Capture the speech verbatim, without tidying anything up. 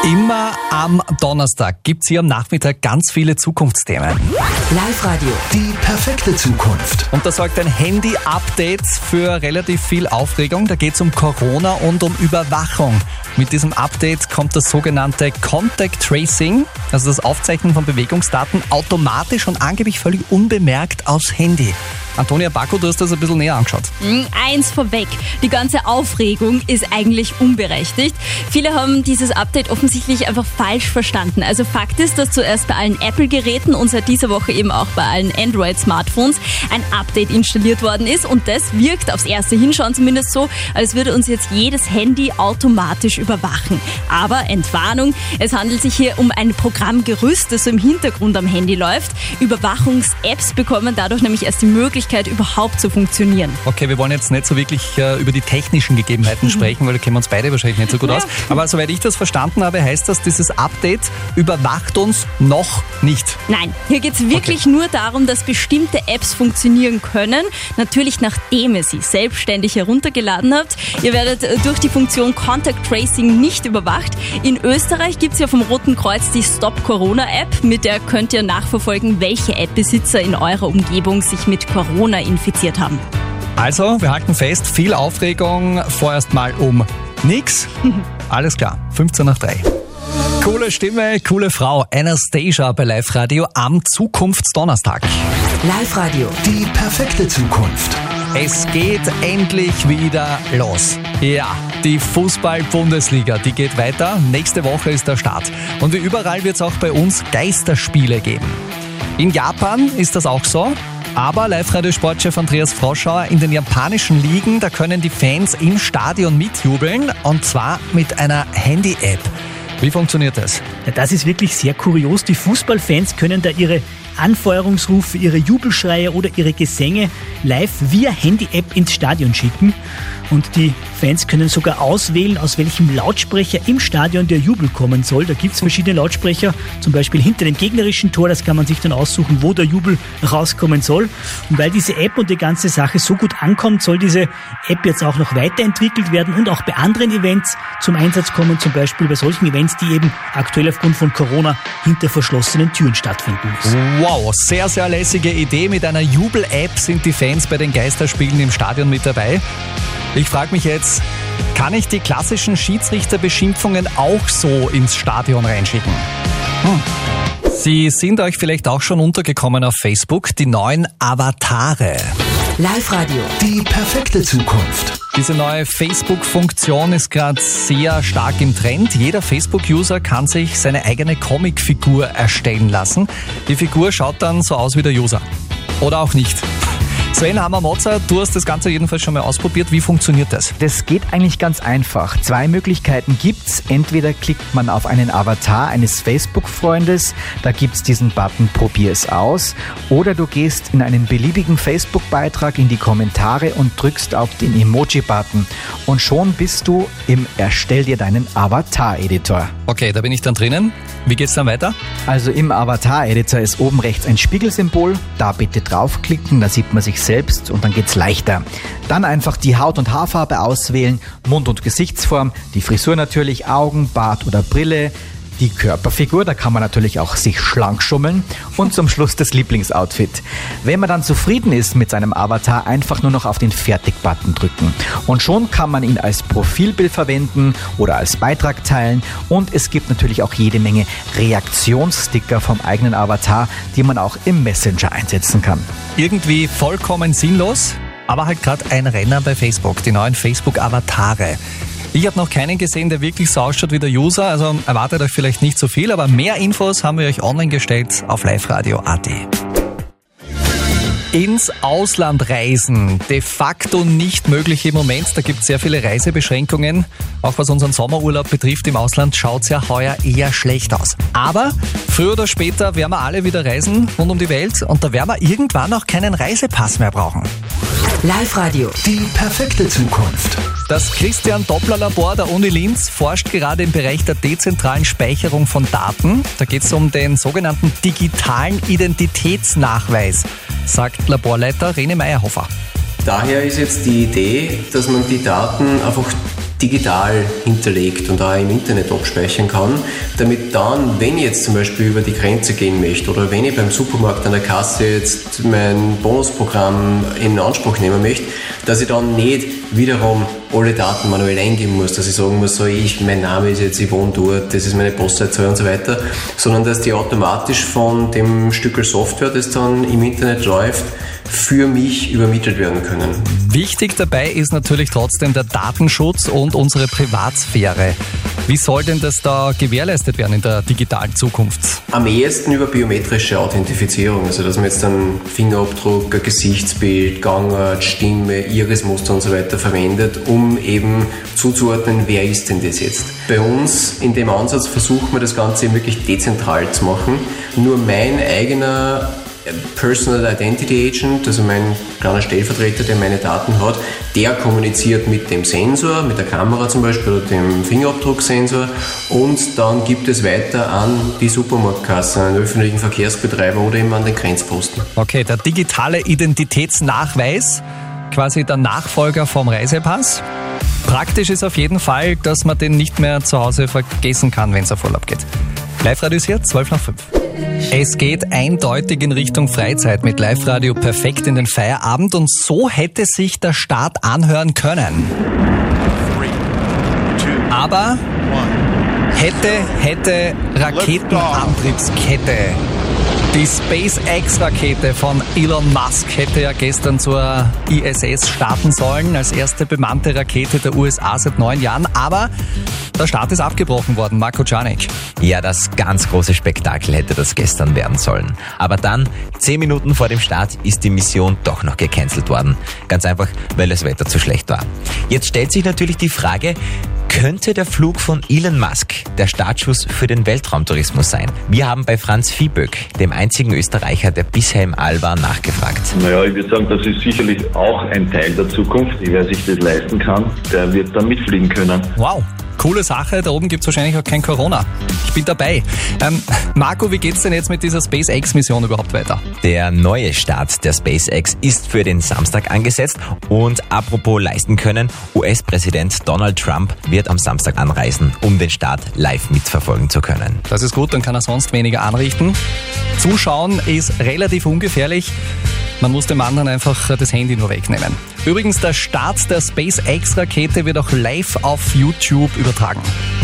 Immer am Donnerstag gibt es hier am Nachmittag ganz viele Zukunftsthemen. Live-Radio. Die perfekte Zukunft. Und da sorgt ein Handy-Update für relativ viel Aufregung. Da geht es um Corona und um Überwachung. Mit diesem Update kommt das sogenannte Contact Tracing, also das Aufzeichnen von Bewegungsdaten, automatisch und angeblich völlig unbemerkt aufs Handy. Antonia Bacco, du hast das ein bisschen näher angeschaut. Eins vorweg, die ganze Aufregung ist eigentlich unberechtigt. Viele haben dieses Update offensichtlich einfach falsch verstanden. Also Fakt ist, dass zuerst bei allen Apple-Geräten und seit dieser Woche eben auch bei allen Android-Smartphones ein Update installiert worden ist. Und das wirkt aufs erste Hinschauen zumindest so, als würde uns jetzt jedes Handy automatisch überwachen. Aber Entwarnung, es handelt sich hier um ein Programmgerüst, das so im Hintergrund am Handy läuft. Überwachungs-Apps bekommen dadurch nämlich erst die Möglichkeit, überhaupt zu funktionieren. Okay, wir wollen jetzt nicht so wirklich äh, über die technischen Gegebenheiten sprechen, weil da kennen wir uns beide wahrscheinlich nicht so gut ja. aus. Aber soweit ich das verstanden habe, heißt das, dieses Update überwacht uns noch nicht. Nein, hier geht es wirklich okay. nur darum, dass bestimmte Apps funktionieren können. Natürlich, nachdem ihr sie selbstständig heruntergeladen habt. Ihr werdet durch die Funktion Contact Tracing nicht überwacht. In Österreich gibt es ja vom Roten Kreuz die Stop Corona App. Mit der könnt ihr nachverfolgen, welche App-Besitzer in eurer Umgebung sich mit Corona infiziert haben. Also, wir halten fest, viel Aufregung, vorerst mal um nix. Alles klar, fünfzehn nach drei. Coole Stimme, coole Frau, Anastasia bei Live-Radio am Zukunftsdonnerstag. Live-Radio. Die perfekte Zukunft. Es geht endlich wieder los. Ja, die Fußball-Bundesliga, die geht weiter. Nächste Woche ist der Start. Und wie überall wird es auch bei uns Geisterspiele geben. In Japan ist das auch so. Aber Live-Radio-Sportchef Andreas Froschauer, in den japanischen Ligen, da können die Fans im Stadion mitjubeln, und zwar mit einer Handy-App. Wie funktioniert das? Ja, das ist wirklich sehr kurios. Die Fußballfans können da ihre Anfeuerungsrufe, ihre Jubelschreie oder ihre Gesänge live via Handy-App ins Stadion schicken. Und die Fans können sogar auswählen, aus welchem Lautsprecher im Stadion der Jubel kommen soll. Da gibt es verschiedene Lautsprecher, zum Beispiel hinter dem gegnerischen Tor. Das kann man sich dann aussuchen, wo der Jubel rauskommen soll. Und weil diese App und die ganze Sache so gut ankommt, soll diese App jetzt auch noch weiterentwickelt werden und auch bei anderen Events zum Einsatz kommen. Zum Beispiel bei solchen Events, die eben aktuell aufgrund von Corona hinter verschlossenen Türen stattfinden müssen. Wow, sehr, sehr lässige Idee. Mit einer Jubel-App sind die Fans bei den Geisterspielen im Stadion mit dabei. Ich frage mich jetzt, kann ich die klassischen Schiedsrichterbeschimpfungen auch so ins Stadion reinschicken? Hm. Sie sind euch vielleicht auch schon untergekommen auf Facebook, die neuen Avatare. Live-Radio. Die perfekte Zukunft. Diese neue Facebook-Funktion ist gerade sehr stark im Trend. Jeder Facebook-User kann sich seine eigene Comicfigur erstellen lassen. Die Figur schaut dann so aus wie der User. Oder auch nicht. Sven Hammer-Mozart, du hast das Ganze jedenfalls schon mal ausprobiert. Wie funktioniert das? Das geht eigentlich ganz einfach. Zwei Möglichkeiten gibt's. Entweder klickt man auf einen Avatar eines Facebook-Freundes, da gibt's diesen Button Probier es aus. Oder du gehst in einen beliebigen Facebook-Beitrag in die Kommentare und drückst auf den Emoji-Button. Und schon bist du im Erstell dir deinen Avatar-Editor. Okay, da bin ich dann drinnen. Wie geht's dann weiter? Also im Avatar-Editor ist oben rechts ein Spiegelsymbol. Da bitte draufklicken, da sieht man sich selbst und dann geht's leichter. Dann einfach die Haut- und Haarfarbe auswählen, Mund- und Gesichtsform, die Frisur natürlich, Augen, Bart oder Brille, die Körperfigur, da kann man natürlich auch sich schlank schummeln und zum Schluss das Lieblingsoutfit. Wenn man dann zufrieden ist mit seinem Avatar, einfach nur noch auf den Fertig-Button drücken. Und schon kann man ihn als Profilbild verwenden oder als Beitrag teilen, und es gibt natürlich auch jede Menge Reaktionssticker vom eigenen Avatar, die man auch im Messenger einsetzen kann. Irgendwie vollkommen sinnlos, aber halt gerade ein Renner bei Facebook, die neuen Facebook-Avatare. Ich habe noch keinen gesehen, der wirklich so ausschaut wie der User, also erwartet euch vielleicht nicht so viel, aber mehr Infos haben wir euch online gestellt auf liveradio punkt at. Ins Ausland reisen, de facto nicht möglich im Moment. Da gibt es sehr viele Reisebeschränkungen. Auch was unseren Sommerurlaub betrifft im Ausland, schaut es ja heuer eher schlecht aus. Aber früher oder später werden wir alle wieder reisen rund um die Welt, und da werden wir irgendwann auch keinen Reisepass mehr brauchen. Live-Radio. Die perfekte Zukunft. Das Christian-Doppler-Labor der Uni Linz forscht gerade im Bereich der dezentralen Speicherung von Daten. Da geht es um den sogenannten digitalen Identitätsnachweis, sagt Laborleiter René Meyerhofer. Daher ist jetzt die Idee, dass man die Daten einfach digital hinterlegt und auch im Internet abspeichern kann, damit dann, wenn ich jetzt zum Beispiel über die Grenze gehen möchte oder wenn ich beim Supermarkt an der Kasse jetzt mein Bonusprogramm in Anspruch nehmen möchte, dass ich dann nicht wiederum alle Daten manuell eingeben muss, dass ich sagen muss, so ich, mein Name ist jetzt, ich wohne dort, das ist meine Postleitzahl und so weiter, sondern dass die automatisch von dem Stückel Software, das dann im Internet läuft, für mich übermittelt werden können. Wichtig dabei ist natürlich trotzdem der Datenschutz und unsere Privatsphäre. Wie soll denn das da gewährleistet werden in der digitalen Zukunft? Am ehesten über biometrische Authentifizierung, also dass man jetzt einen Fingerabdruck, ein Gesichtsbild, Gangart, Stimme, Irismuster und so weiter verwendet, um eben zuzuordnen, wer ist denn das jetzt. Bei uns in dem Ansatz versucht man das Ganze wirklich dezentral zu machen. Nur mein eigener Personal Identity Agent, also mein kleiner Stellvertreter, der meine Daten hat, der kommuniziert mit dem Sensor, mit der Kamera zum Beispiel oder dem Fingerabdrucksensor und dann gibt es weiter an die Supermarktkasse, an den öffentlichen Verkehrsbetreiber oder eben an den Grenzposten. Okay, der digitale Identitätsnachweis, quasi der Nachfolger vom Reisepass. Praktisch ist auf jeden Fall, dass man den nicht mehr zu Hause vergessen kann, wenn es auf Urlaub geht. Live-Radio ist hier, zwölf nach fünf. Es geht eindeutig in Richtung Freizeit mit Live-Radio perfekt in den Feierabend und so hätte sich der Start anhören können. Aber hätte, hätte, Raketenantriebskette. Die SpaceX-Rakete von Elon Musk hätte ja gestern zur I S S starten sollen, als erste bemannte Rakete der U S A seit neun Jahren. Aber der Start ist abgebrochen worden. Marco Czarnik. Ja, das ganz große Spektakel hätte das gestern werden sollen. Aber dann, zehn Minuten vor dem Start, ist die Mission doch noch gecancelt worden. Ganz einfach, weil das Wetter zu schlecht war. Jetzt stellt sich natürlich die Frage, könnte der Flug von Elon Musk der Startschuss für den Weltraumtourismus sein? Wir haben bei Franz Viehböck, dem einzigen Österreicher, der bisher im All war, nachgefragt. Naja, ich würde sagen, das ist sicherlich auch ein Teil der Zukunft. Wer sich das leisten kann, der wird dann mitfliegen können. Wow. Coole Sache, da oben gibt es wahrscheinlich auch kein Corona. Ich bin dabei. Ähm, Marco, wie geht's denn jetzt mit dieser SpaceX-Mission überhaupt weiter? Der neue Start der SpaceX ist für den Samstag angesetzt und apropos leisten können, U S-Präsident Donald Trump wird am Samstag anreisen, um den Start live mitverfolgen zu können. Das ist gut, dann kann er sonst weniger anrichten. Zuschauen ist relativ ungefährlich. Man muss dem anderen einfach das Handy nur wegnehmen. Übrigens, der Start der SpaceX-Rakete wird auch live auf YouTube übertragen.